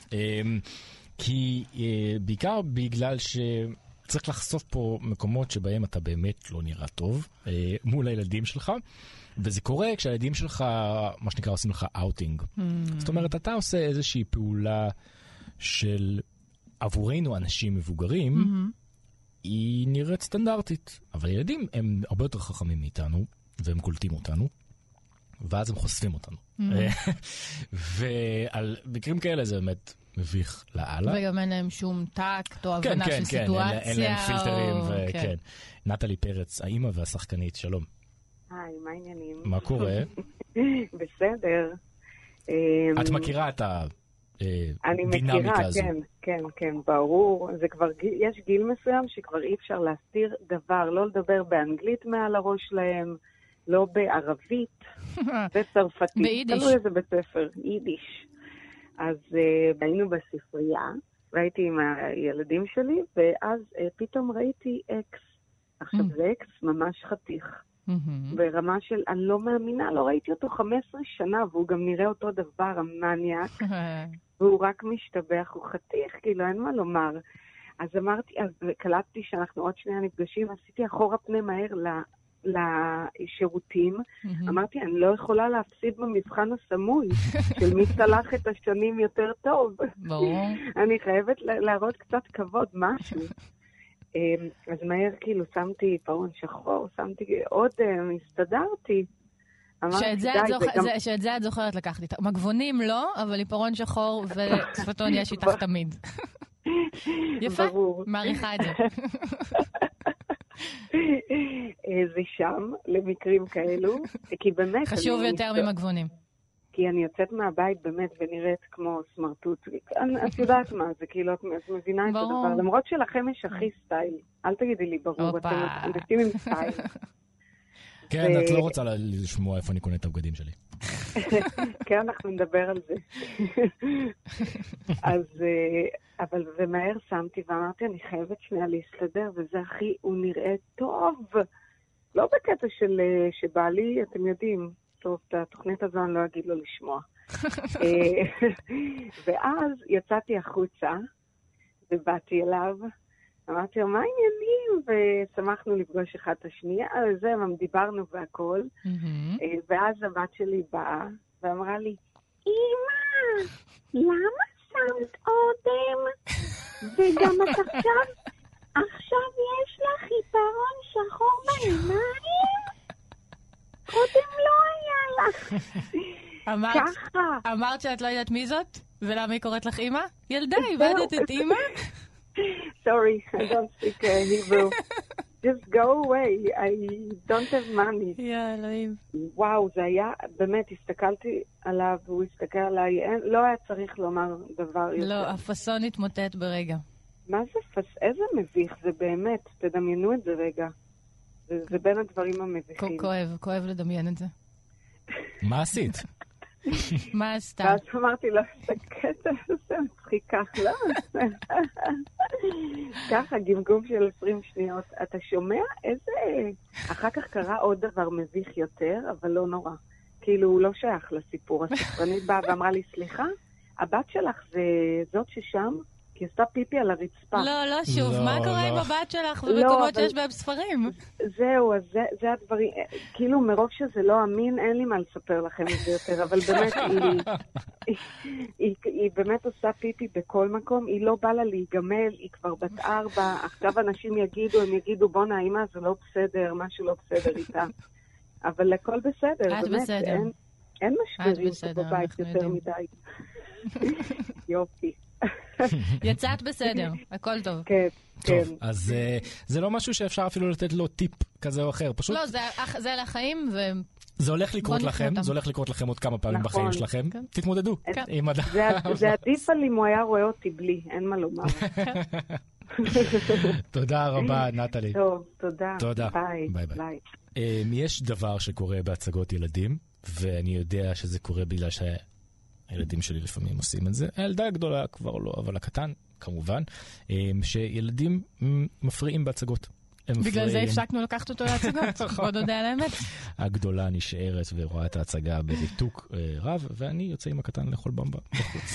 כי בעיקר בגלל שצריך לחשוף פה מקומות שבהם אתה באמת לא נראה טוב מול הילדים שלך, וזה קורה כשהילדים שלך, מה שנקרא, עושים לך אאוטינג. Mm. זאת אומרת, אתה עושה איזושהי פעולה של עבורנו אנשים מבוגרים, mm-hmm. היא נראית סטנדרטית. אבל ילדים הם הרבה יותר חכמים מאיתנו, והם קולטים אותנו, ואז הם חושפים אותנו. Mm-hmm. ועל מקרים כאלה זה באמת מביך לאללה.
וגם אין להם שום טקט או הבנה
כן,
של
כן,
סיטואציה.
אין להם פילטרים,
או...
וכן.
כן.
נטלי פרץ, האמא והשחקנית, שלום.
היי, מה העניינים?
מה קורה?
בסדר.
את מכירה את הדינמיקה
אני מכירה,
הזו?
כן, כן, כן, ברור. זה כבר, יש גיל מסוים שכבר אי אפשר להסתיר דבר, לא לדבר באנגלית מעל הראש שלהם, לא בערבית, בצרפתית.
ביידיש.
תלוי איזה בית ספר, יידיש. אז uh, היינו בספרייה, והייתי עם הילדים שלי, ואז uh, פתאום ראיתי אקס. עכשיו mm. זה אקס ממש חתיך. Mm-hmm. ברמה של, אני לא מאמינה, לא ראיתי אותו חמש עשרה שנה, והוא גם נראה אותו דבר, המניאק, והוא רק משתבח, הוא חתיך, כאילו אין מה לומר. אז אמרתי, אז קלטתי שאנחנו עוד שנייה נפגשים, עשיתי אחורה פני מהר ל... לשירותים, mm-hmm. אמרתי, אני לא יכולה להפסיד במבחן הסמוי של מי צלח את השנים יותר טוב.
ברור.
אני חייבת להראות קצת כבוד, משהו. אז מהר כאילו שמתי פרון שחור, שמתי עוד, הסתדרתי.
שאת זה את זוכרת לקחת איתה. מגבונים לא, אבל עיפרון שחור ושפתון יש איתך תמיד. יפה, מעריכה את זה.
זה שם, למקרים כאלו, כי באמת...
חשוב יותר ממגבונים.
כי אני יוצאת מהבית באמת ונראית כמו סמרטוט. את יודעת מה, זה כאילו, את מבינה את הדבר. למרות שלכם יש הכי סטייל. אל תגידי לי ברור, אתם אנשים עם סטייל.
כן, את לא רוצה לשמוע איפה אני קונה את הבגדים שלי.
כן, אנחנו נדבר על זה. אז, אבל ומהר שמתי ואמרתי, אני חייבת שנייה להסתדר, וזה הכי, הוא נראה טוב. לא בקטע של, שבא לי, אתם יודעים, טוב, את התוכנית הזו אני לא אגיד לו לשמוע. ואז יצאתי החוצה, ובאתי אליו, אמרתי לו, מה העניינים? ושמחנו לפגוש אחד את השנייה, על זה, דיברנו והכל. ואז הבת שלי באה, ואמרה לי, אמא, למה שמת אודם? וגם את עכשיו, עכשיו יש לך חיפרון שחור בעיניים? קודם לא היה לך. ככה.
אמרת שאת לא יודעת מי זאת? ולמה היא קוראת לך אמא? ילדה, איבדת את אמא?
Sorry, I don't speak uh, Hebrew. Just go away, I don't have money.
יא אלוהים.
וואו, זה היה, באמת, הסתכלתי עליו והוא הסתכל עליי, אין, לא היה צריך לומר דבר יותר.
לא, הפסון התמוטט ברגע.
מה זה פס... איזה מביך, זה באמת, תדמיינו את זה רגע. זה, זה בין הדברים המביכים.
כואב, כואב לדמיין את זה.
מה עשית?
מה עשתה?
ואז אמרתי לו, זה קטע, זה מצחיק כך, לא? ככה, גמגום של עשרים שניות. אתה שומע איזה... אחר כך קרה עוד דבר מביך יותר, אבל לא נורא. כאילו, הוא לא שייך לסיפור. הספרנית באה ואמרה לי, סליחה, הבת שלך זה זאת ששם? כי עשתה פיפי על הרצפה.
לא, לא שוב, מה קורה עם הבת שלך במקומות שיש בהם ספרים?
זהו, אז זה הדברים, כאילו מרוב שזה לא אמין, אין לי מה לספר לכם את זה יותר, אבל באמת היא באמת עושה פיפי בכל מקום, היא לא באה לה להיגמל, היא כבר בת ארבע, עכשיו אנשים יגידו, הם יגידו, בוא נעימה, זה לא בסדר, משהו לא בסדר איתה. אבל הכל בסדר,
את בסדר.
אין משברים בבית יותר מדי. יופי.
יצאת בסדר, הכל טוב.
כן, כן.
טוב, אז זה לא משהו שאפשר אפילו לתת לו טיפ כזה או אחר, פשוט...
לא, זה על החיים ו...
זה הולך לקרות לכם, זה הולך לקרות לכם עוד כמה פעמים בחיים שלכם. תתמודדו.
זה עדיף על אם הוא היה רואה אותי בלי, אין מה לומר.
תודה רבה, נטלי.
טוב, תודה.
תודה.
ביי. ביי.
יש דבר שקורה בהצגות ילדים, ואני יודע שזה קורה בגלל ש... הילדים שלי לפעמים עושים את זה. הילדה הגדולה כבר לא, אבל הקטן, כמובן, שילדים מפריעים בהצגות.
בגלל זה הפסקנו לקחת אותו להצגות. עוד יודע על האמת.
הגדולה נשארת ורואה את ההצגה בריתוק רב, ואני יוצא עם הקטן לאכול במבה בחוץ.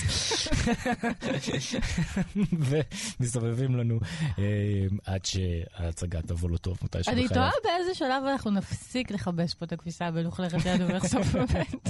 ומסתובבים לנו עד שההצגה תבוא לו טוב.
אני תוהה באיזה שלב אנחנו נפסיק לחבש פה את הכביסה בלוכלכת יד ובחסוף באמת.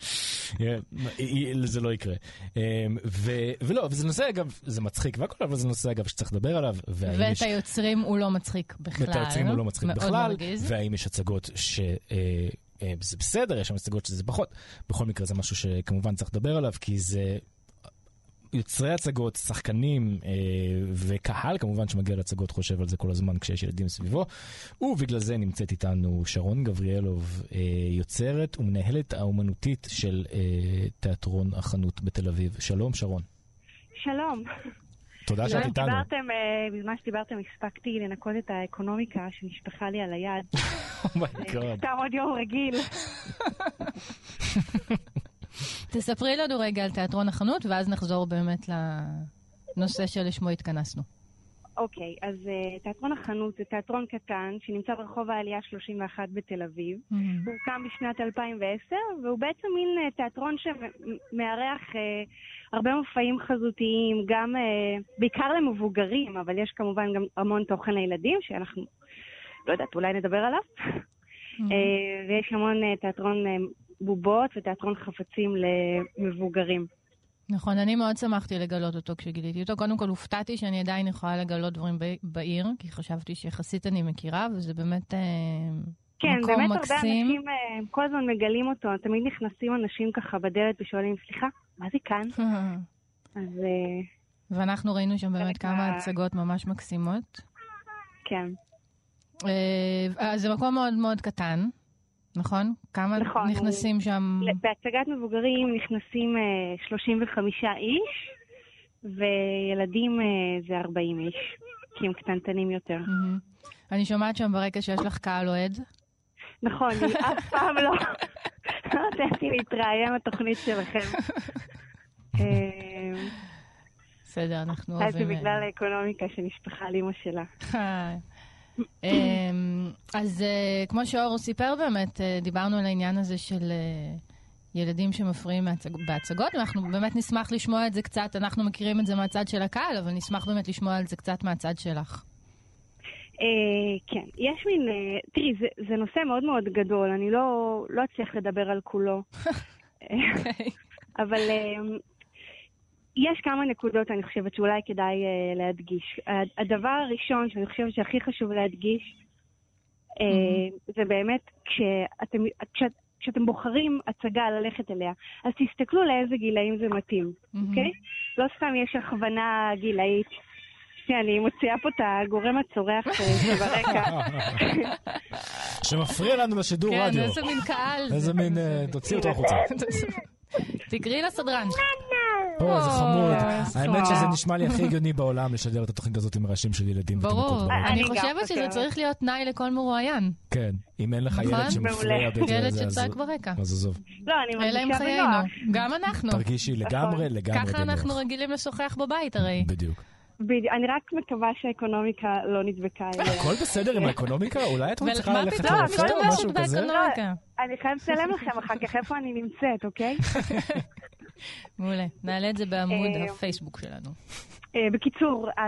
זה לא יקרה. ולא, וזה נושא אגב, זה מצחיק והכל, אבל זה נושא אגב שצריך לדבר עליו.
ואת היוצרים הוא לא מצחיק בכלל.
ואת היוצרים הוא לא מצחיק בכלל, והאם יש הצגות שזה בסדר, יש שם הצגות שזה פחות. בכל מקרה זה משהו שכמובן צריך לדבר עליו, כי זה יוצרי הצגות, שחקנים וקהל כמובן שמגיע להצגות חושב על זה כל הזמן כשיש ילדים סביבו, ובגלל זה נמצאת איתנו שרון גבריאלוב, יוצרת ומנהלת האומנותית של תיאטרון החנות בתל אביב. שלום שרון.
שלום.
תודה שאת איתנו.
בזמן שדיברתם הספקתי לנקות את האקונומיקה שנשפחה לי על היד. סתם עוד יום רגיל.
תספרי לנו רגע על תיאטרון החנות, ואז נחזור באמת לנושא שלשמו התכנסנו.
אוקיי, אז uh, תיאטרון החנות זה תיאטרון קטן שנמצא ברחוב העלייה שלושים ואחת בתל אביב. Mm-hmm. הוא הוקם בשנת אלפיים ועשר, והוא בעצם מין uh, תיאטרון שמארח uh, הרבה מופעים חזותיים, גם uh, בעיקר למבוגרים, אבל יש כמובן גם המון תוכן לילדים, שאנחנו, לא יודעת, אולי נדבר עליו. Mm-hmm. uh, ויש המון uh, תיאטרון uh, בובות ותיאטרון חפצים למבוגרים.
נכון, אני מאוד שמחתי לגלות אותו כשגיליתי אותו. קודם כל הופתעתי שאני עדיין יכולה לגלות דברים בעיר, כי חשבתי שיחסית אני מכירה, וזה באמת אה,
כן,
מקום
באמת
מקסים.
הרבה אנשים אה, כל הזמן מגלים אותו, תמיד נכנסים אנשים ככה בדלת ושואלים, סליחה, מה זה כאן? אז... אה,
ואנחנו ראינו שם באמת כמה הצגות ממש מקסימות.
כן.
אה, זה מקום מאוד מאוד קטן. נכון? כמה
נכון,
נכנסים שם?
בהצגת מבוגרים נכנסים uh, שלושים וחמישה איש, וילדים uh, זה ארבעים איש, כי הם קטנטנים יותר.
Mm-hmm. אני שומעת שם ברקע שיש לך קהל אוהד.
נכון, אני אף פעם לא רציתי להתראיין לתוכנית שלכם.
בסדר, אנחנו אוהבים.
זה בגלל האקונומיקה שנשפחה על אמא שלה.
אז כמו שאור סיפר באמת, דיברנו על העניין הזה של ילדים שמפריעים בהצגות, ואנחנו באמת נשמח לשמוע את זה קצת, אנחנו מכירים את זה מהצד של הקהל, אבל נשמח באמת לשמוע על זה קצת מהצד שלך.
כן, יש מין, תראי, זה נושא מאוד מאוד גדול, אני לא אצליח לדבר על כולו. אבל יש כמה נקודות, אני חושבת, שאולי כדאי להדגיש. הדבר הראשון שאני חושבת שהכי חשוב להדגיש, זה באמת כשאתם, כשאתם בוחרים הצגה ללכת אליה, אז תסתכלו לאיזה גילאים זה מתאים, אוקיי? לא סתם יש הכוונה גילאית. אני מוציאה פה את הגורם הצורח ברקע.
שמפריע לנו בשידור רדיו.
כן, איזה מין קהל.
איזה מין, תוציא אותו החוצה.
תקראי לסדרן.
או, זה חמוד. האמת שזה נשמע לי הכי הגיוני בעולם לשדר את התוכנית הזאת עם הראשים של ילדים.
ברור. אני חושבת שזה צריך להיות תנאי לכל מרואיין.
כן, אם אין לך ילד שמפריע בגלל
ילד
זה,
שצעק ברקע.
אז עזוב.
לא, אני מרגישה בנוח.
גם אנחנו.
תרגישי לגמרי, לגמרי בנוח.
ככה אנחנו רגילים לשוחח בבית הרי.
בדיוק.
אני רק מקווה שהאקונומיקה לא נדבקה אליה.
הכל בסדר עם האקונומיקה? אולי את צריכה ללכת
לרופא
או משהו כזה?
אני חייב לצלם לכם אחר כך איפה אני נמצאת, אוקיי?
מעולה. נעלה את זה בעמוד הפייסבוק שלנו.
בקיצור, אז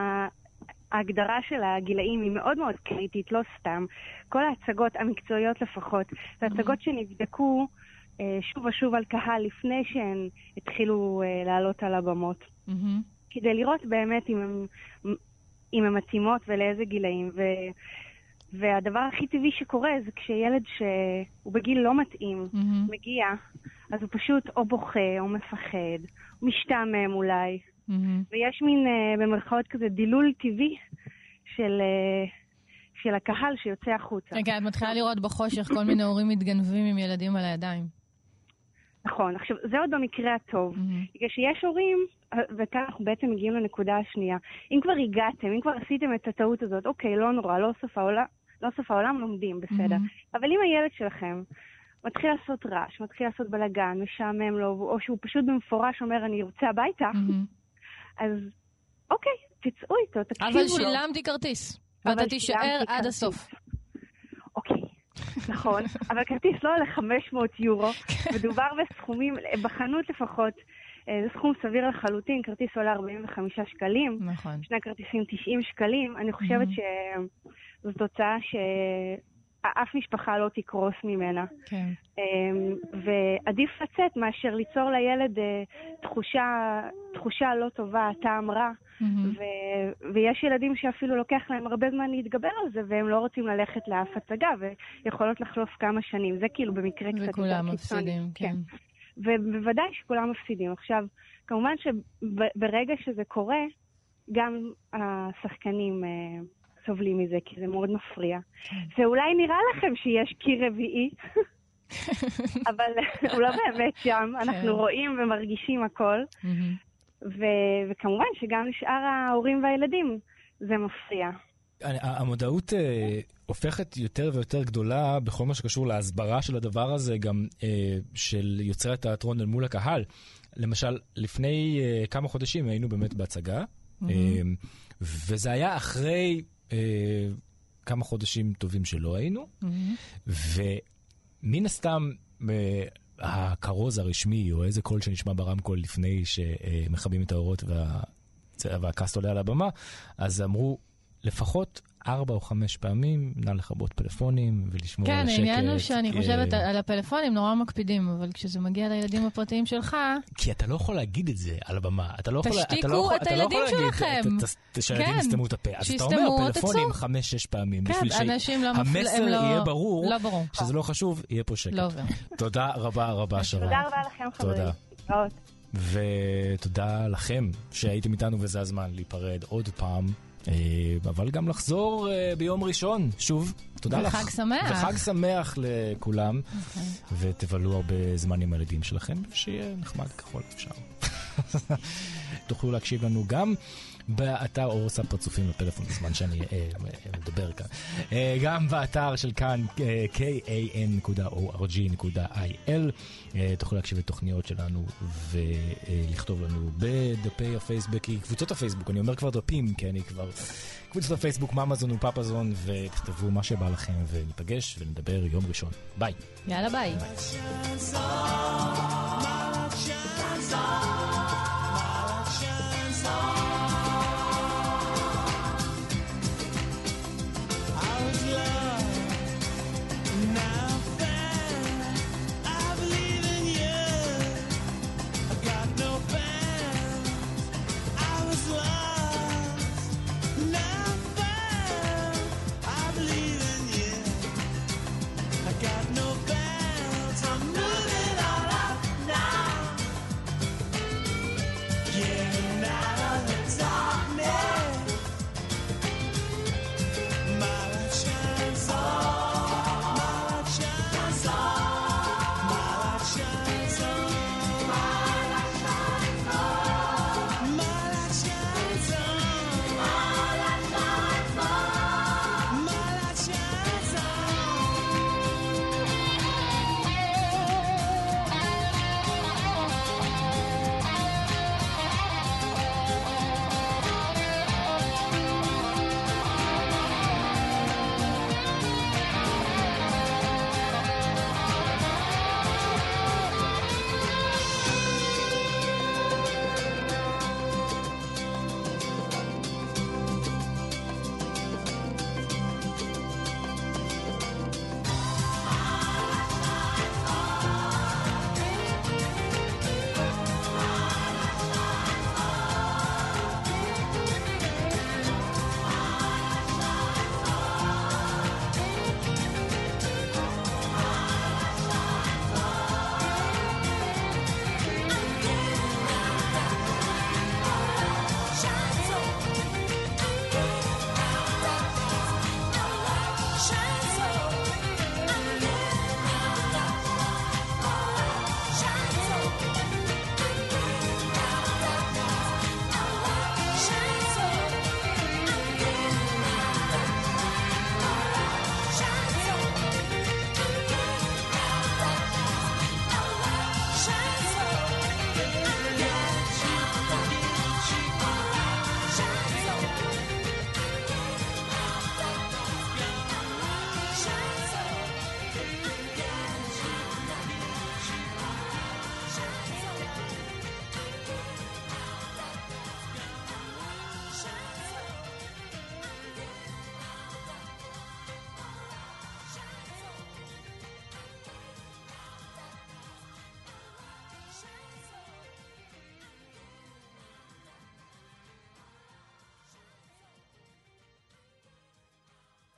ההגדרה של הגילאים היא מאוד מאוד קריטית, לא סתם. כל ההצגות המקצועיות לפחות, זה הצגות שנבדקו שוב ושוב על קהל לפני שהן התחילו לעלות על הבמות. כדי לראות באמת אם הם, אם הם מתאימות ולאיזה גילאים. ו, והדבר הכי טבעי שקורה זה כשילד שהוא בגיל לא מתאים mm-hmm. מגיע, אז הוא פשוט או בוכה או מפחד, הוא משתעמם אולי. Mm-hmm. ויש מין, uh, במרכאות כזה, דילול טבעי של, uh, של הקהל שיוצא החוצה.
רגע, את מתחילה לראות בחושך כל מיני הורים מתגנבים עם ילדים על הידיים.
נכון, עכשיו זה עוד במקרה הטוב, mm-hmm. בגלל שיש הורים, וכאן אנחנו בעצם מגיעים לנקודה השנייה, אם כבר הגעתם, אם כבר עשיתם את הטעות הזאת, אוקיי, לא נורא, לא סוף העולם, לא סוף העולם לומדים, בסדר, mm-hmm. אבל אם הילד שלכם מתחיל לעשות רעש, מתחיל לעשות בלגן, משעמם לו, או שהוא פשוט במפורש אומר, אני רוצה הביתה, mm-hmm. אז אוקיי, תצאו איתו, תקשיבו לו.
אבל שילמתי כרטיס, ואתה תישאר עד הסוף.
אוקיי. נכון, אבל כרטיס לא עולה חמש מאות יורו, מדובר בסכומים, בחנות לפחות, זה סכום סביר לחלוטין, כרטיס עולה ארבעים וחמישה שקלים,
נכון.
שני כרטיסים תשעים שקלים, אני חושבת שזו תוצאה שאף משפחה לא תקרוס ממנה.
כן.
ועדיף לצאת מאשר ליצור לילד תחושה, תחושה לא טובה, טעם רע, ו- ויש ילדים שאפילו לוקח להם הרבה זמן להתגבר על זה, והם לא רוצים ללכת לאף הצגה, ויכולות לחלוף כמה שנים. זה כאילו במקרה קצת יותר קיצוני.
וכולם מפסידים, כן.
ובוודאי שכולם מפסידים. עכשיו, כמובן שברגע שזה קורה, גם השחקנים אה, סובלים מזה, כי זה מאוד מפריע. זה אולי נראה לכם שיש קיר רביעי, אבל הוא לא באמת שם. אנחנו רואים ומרגישים הכל. ו- וכמובן שגם לשאר ההורים והילדים זה מפריע.
המודעות uh, הופכת יותר ויותר גדולה בכל מה שקשור להסברה של הדבר הזה, גם uh, של יוצרי התיאטרון אל מול הקהל. למשל, לפני uh, כמה חודשים היינו באמת בהצגה, mm-hmm. uh, וזה היה אחרי uh, כמה חודשים טובים שלא היינו, mm-hmm. ומן הסתם uh, הכרוז הרשמי, או איזה קול שנשמע ברמקול לפני שמכבים את האורות וה... והקאסט עולה על הבמה, אז אמרו, לפחות ארבע או חמש פעמים, נא לכבות פלאפונים ולשמור על השקט.
כן, העניין הוא שאני חושבת על הפלאפונים נורא מקפידים, אבל כשזה מגיע לילדים הפרטיים שלך...
כי אתה לא יכול להגיד את זה על הבמה.
תשתיקו את הילדים שלכם.
שהילדים יסתמו את הפה. אז אתה אומר פלאפונים חמש-שש פעמים, בשביל שהמסר יהיה ברור, שזה לא חשוב, יהיה פה שקט. תודה רבה רבה, שרון.
תודה רבה לכם, חברים.
תודה. ותודה לכם שהייתם איתנו, וזה הזמן להיפרד עוד פעם. אבל גם לחזור ביום ראשון, שוב, תודה לך.
וחג שמח.
וחג שמח לכולם, ותבלו הרבה זמן עם הילדים שלכם, שיהיה נחמד ככל אפשר. תוכלו להקשיב לנו גם באתר, או עושה פרצופים בפלאפון בזמן שאני מדבר כאן. גם באתר של כאן, כאן נקודה או אר ג'י נקודה איי אל. תוכלו להקשיב את תוכניות שלנו ולכתוב לנו בדפי הפייסבוק, קבוצות הפייסבוק, אני אומר כבר דפים, כי אני כבר... קבוצות הפייסבוק, ממזון ופאפזון, ותכתבו מה שבא לכם, וניפגש ונדבר יום ראשון. ביי.
יאללה ביי.
Now fair, I believe in you. got no